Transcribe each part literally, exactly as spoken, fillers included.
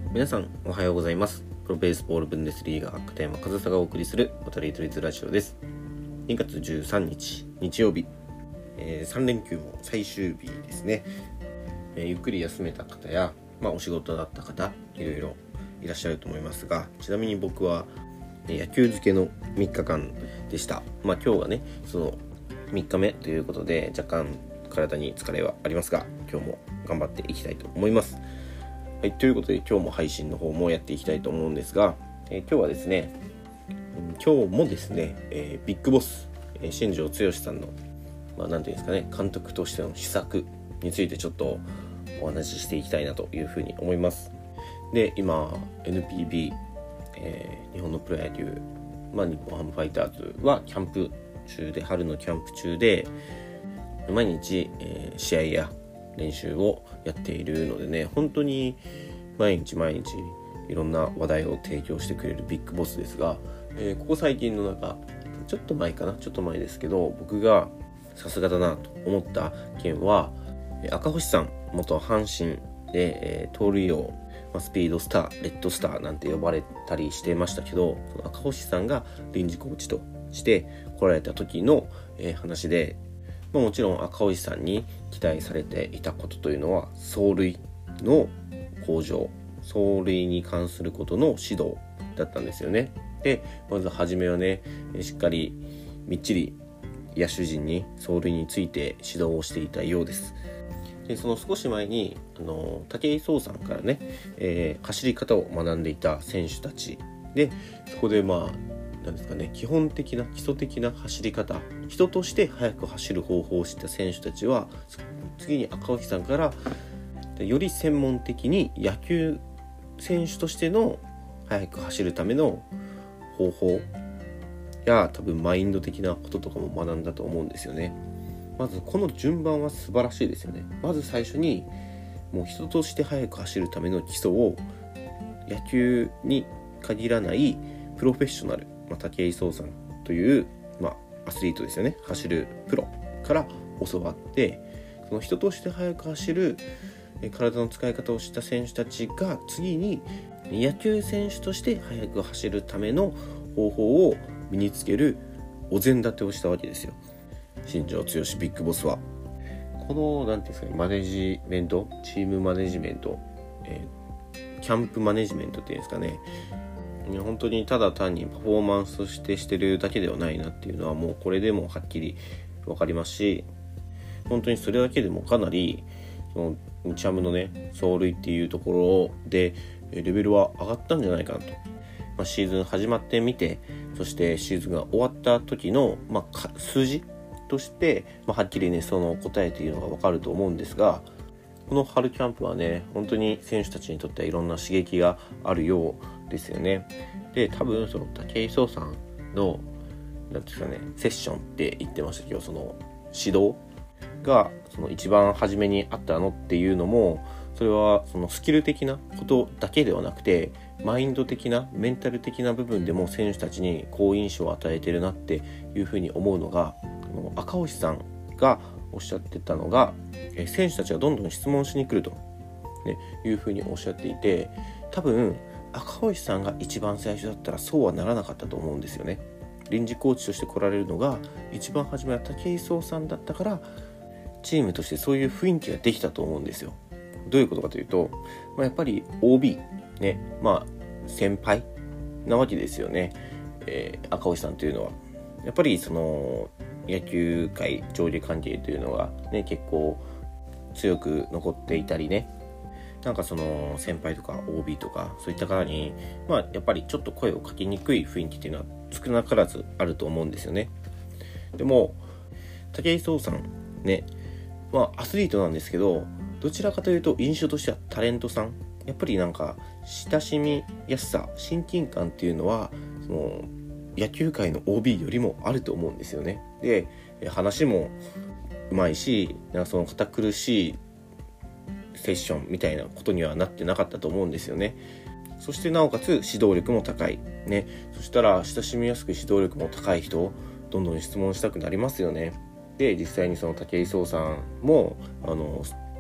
皆さんおはようございます。プロベースボールブンデスリーガー片山和沙がお送りする渡り鳥ラジオです。にがつじゅうさんにち日曜日、えー、さんれんきゅうも最終日ですね。えー、ゆっくり休めた方や、まあ、お仕事だった方いろいろいらっしゃると思いますが、ちなみに僕は野球漬けのみっかかんでした。まあ今日がねそのみっかめということで若干体に疲れはありますが、今日も頑張っていきたいと思います。はい、ということで今日も配信の方もやっていきたいと思うんですが、えー、今日はですね、今日もですね、えー、ビッグボス、えー、新庄剛志さんの、まあ、なんていうんですかね、監督としての施策についてちょっとお話ししていきたいなというふうに思います。で、今 エヌピービー、えー、日本のプロ野球、まあ、日本ハムファイターズはキャンプ中で、春のキャンプ中で毎日、えー、試合や練習をやっているのでね、本当に毎日毎日いろんな話題を提供してくれるビッグボスですが、えー、ここ最近の中ちょっと前かなちょっと前ですけど、僕がさすがだなと思った件は、赤星さん元阪神で、えー、盗塁王、まあ、スピードスター、レッドスターなんて呼ばれたりしてましたけど、その赤星さんが臨時コーチとして来られた時の、えー、話で、まあ、もちろん赤星さんに期待されていたことというのは走塁の向上、走塁に関することの指導だったんですよね。で、まず初めはね、しっかりみっちり野手陣に走塁について指導をしていたようです。で、その少し前にあの武井壮さんからね、えー、走り方を学んでいた選手たちで、そこでまあなんですかね、基本的な基礎的な走り方、人として速く走る方法を知った選手たちは、次に赤星さんからより専門的に野球選手としての速く走るための方法や、多分マインド的なこととかも学んだと思うんですよね。まずこの順番は素晴らしいですよね。まず最初にもう人として速く走るための基礎を、野球に限らないプロフェッショナル、まあ、武井壮さんという、まあ、アスリートですよね、走るプロから教わって、その人として速く走る体の使い方をした選手たちが次に野球選手として速く走るための方法を身につけるお膳立てをしたわけですよ、新庄剛志ビッグボスは。このなんていうんですかね、マネジメント、チームマネジメント、えー、キャンプマネジメントっていうんですかね、本当にただ単にパフォーマンスとしてしてるだけではないなっていうのは、もうこれでもはっきり分かりますし、本当にそれだけでもかなりそのチャムのね走塁っていうところでレベルは上がったんじゃないかなと、まあ、シーズン始まってみて、そしてシーズンが終わった時の、まあ、数字として、まあ、はっきりねその答えというのが分かると思うんですが、この春キャンプはね本当に選手たちにとってはいろんな刺激があるようですよね。で、多分その武井壮さんのなんですかね、セッションって言ってましたけど、その指導がその一番初めにあったのっていうのも、それはそのスキル的なことだけではなくて、マインド的なメンタル的な部分でも選手たちに好印象を与えてるなっていうふうに思うのが、赤星さんがおっしゃってたのが、選手たちがどんどん質問しに来ると、ね、いうふうにおっしゃっていて、多分赤星さんが一番最初だったらそうはならなかったと思うんですよね。臨時コーチとして来られるのが一番初めは武井壮さんだったから、チームとしてそういう雰囲気ができたと思うんですよ。どういうことかというと、まあ、やっぱり オービー ね、まあ先輩なわけですよね、えー、赤星さんというのはやっぱりその野球界上下関係というのがね結構強く残っていたりね、なんかその先輩とか オービー とかそういった方に、まあやっぱりちょっと声をかけにくい雰囲気っていうのは少なからずあると思うんですよね。でも武井壮さんね、まあアスリートなんですけど、どちらかというと印象としてはタレントさん、やっぱりなんか親しみやすさ、親近感っていうのはその野球界の オービー よりもあると思うんですよね。で、話もうまいし、なんかその堅苦しいセッションみたいなことにはなってなかったと思うんですよね。そしてなおかつ指導力も高いね。そしたら親しみやすく指導力も高い人、どんどん質問したくなりますよね。で、実際にその武井壮さんもあの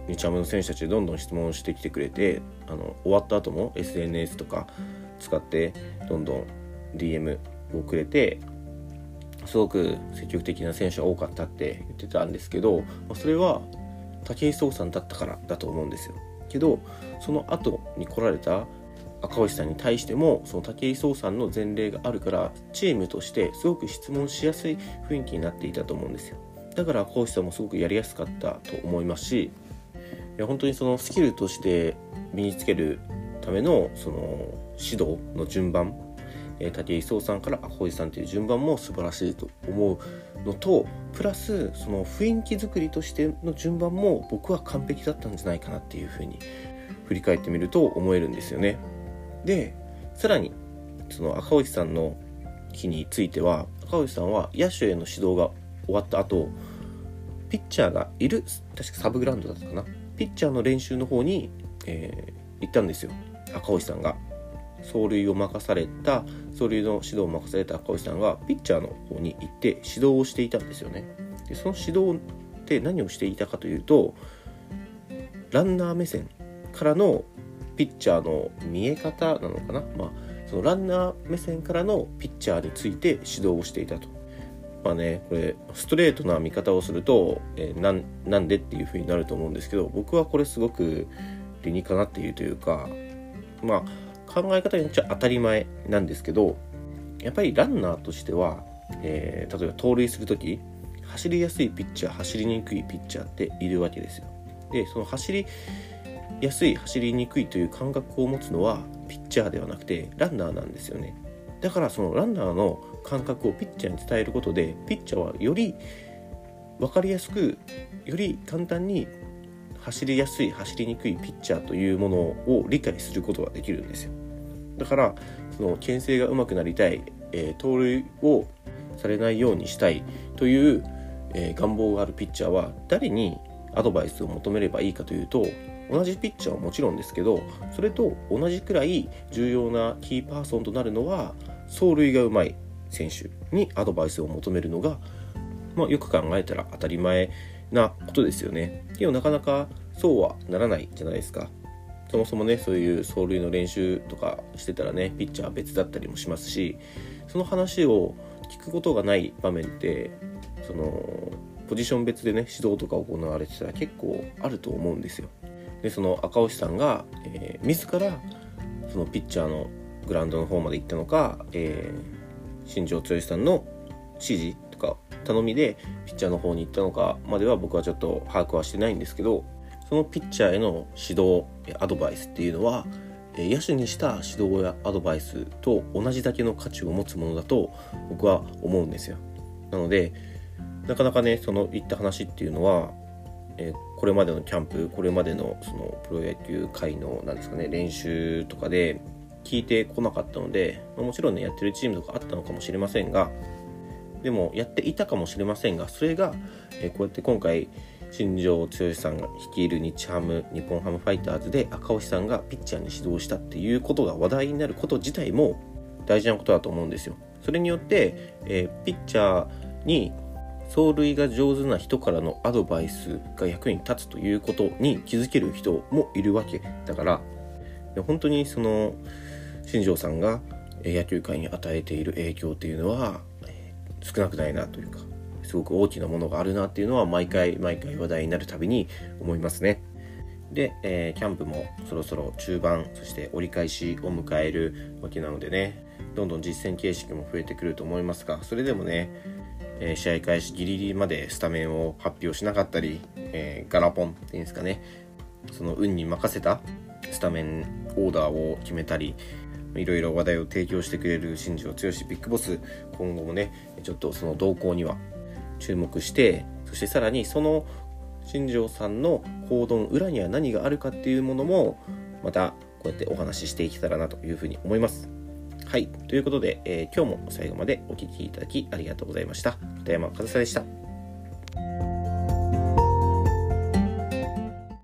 日ハムの選手たちでどんどん質問してきてくれて、あの終わった後も エスエヌエス とか使ってどんどん ディーエム をくれて、すごく積極的な選手が多かったって言ってたんですけど、それは武井壮さんだったからだと思うんですよ。けどその後に来られた赤星さんに対しても、その武井壮さんの前例があるから、チームとしてすごく質問しやすい雰囲気になっていたと思うんですよ。だから赤星さんもすごくやりやすかったと思いますし、いや本当にそのスキルとして身につけるためのその指導の順番、武井壮さんから赤星さんという順番も素晴らしいと思うのと、プラスその雰囲気作りとしての順番も僕は完璧だったんじゃないかなっていうふうに振り返ってみると思えるんですよね。でさらにその赤星さんの日については、赤星さんは野手への指導が終わった後、ピッチャーがいる、確かサブグラウンドだったかな、ピッチャーの練習の方に、えー、行ったんですよ。赤星さんが走塁を任された走塁の指導を任された赤星さんがピッチャーの方に行って指導をしていたんですよね。でその指導って何をしていたかというと、ランナー目線からのピッチャーの見え方なのかな、まあ、そのランナー目線からのピッチャーについて指導をしていたと。まあね、これストレートな見方をすると、えー、なんなんでっていう風になると思うんですけど、僕はこれすごく理にかなっているというか、まあ考え方によっちゃ当たり前なんですけど、やっぱりランナーとしては、えー、例えば盗塁するとき走りやすいピッチャー、走りにくいピッチャーっているわけですよ。でその走りやすい、走りにくいという感覚を持つのはピッチャーではなくてランナーなんですよね。だからそのランナーの感覚をピッチャーに伝えることで、ピッチャーはより分かりやすく、より簡単に走りやすい、走りにくいピッチャーというものを理解することができるんですよ。だからその牽制が上手くなりたい、えー、盗塁をされないようにしたいという、えー、願望があるピッチャーは誰にアドバイスを求めればいいかというと、同じピッチャーはもちろんですけど、それと同じくらい重要なキーパーソンとなるのは走塁が上手い選手にアドバイスを求めるのが、まあ、よく考えたら当たり前なことですよね。でもなかなかそうはならないじゃないですか。そもそもね、そういう走塁の練習とかしてたらね、ピッチャーは別だったりもしますし、その話を聞くことがない場面ってそのポジション別でね指導とか行われてたら結構あると思うんですよ。でその赤星さんが、えー、自らそのピッチャーのグラウンドの方まで行ったのか、えー、新庄剛志さんの指示とか頼みでピッチャーの方に行ったのかまでは僕はちょっと把握はしてないんですけど、そのピッチャーへの指導アドバイスっていうのは野手にした指導やアドバイスと同じだけの価値を持つものだと僕は思うんですよ。なのでなかなかねその言った話っていうのは、えー、これまでのキャンプ、これまでのそのプロ野球界のなんですかね練習とかで聞いてこなかったので、もちろんねやってるチームとかあったのかもしれませんが、でもやっていたかもしれませんが、それが、えー、こうやって今回新庄剛志さんが率いる日ハム日本ハムファイターズで赤星さんがピッチャーに指導したっていうことが話題になること自体も大事なことだと思うんですよ。それによって、えー、ピッチャーに走塁が上手な人からのアドバイスが役に立つということに気づける人もいるわけだから、本当にその新庄さんが野球界に与えている影響っていうのは少なくないなというか、すごく大きなものがあるなっていうのは毎回毎回話題になるたびに思いますね。で、えー、キャンプもそろそろ中盤、そして折り返しを迎えるわけなのでね、どんどん実戦形式も増えてくると思いますが、それでもね、えー、試合開始ギリギリまでスタメンを発表しなかったり、えー、ガラポンっていうんですかね、その運に任せたスタメンオーダーを決めたり、いろいろ話題を提供してくれる新庄剛志ビッグボス、今後もねちょっとその動向には注目して、そしてさらにその新庄さんの行動の裏には何があるかっていうものもまたこうやってお話ししていけたらなというふうに思います。はい、ということで、えー、今日も最後までお聞きいただきありがとうございました。片山和沙でした。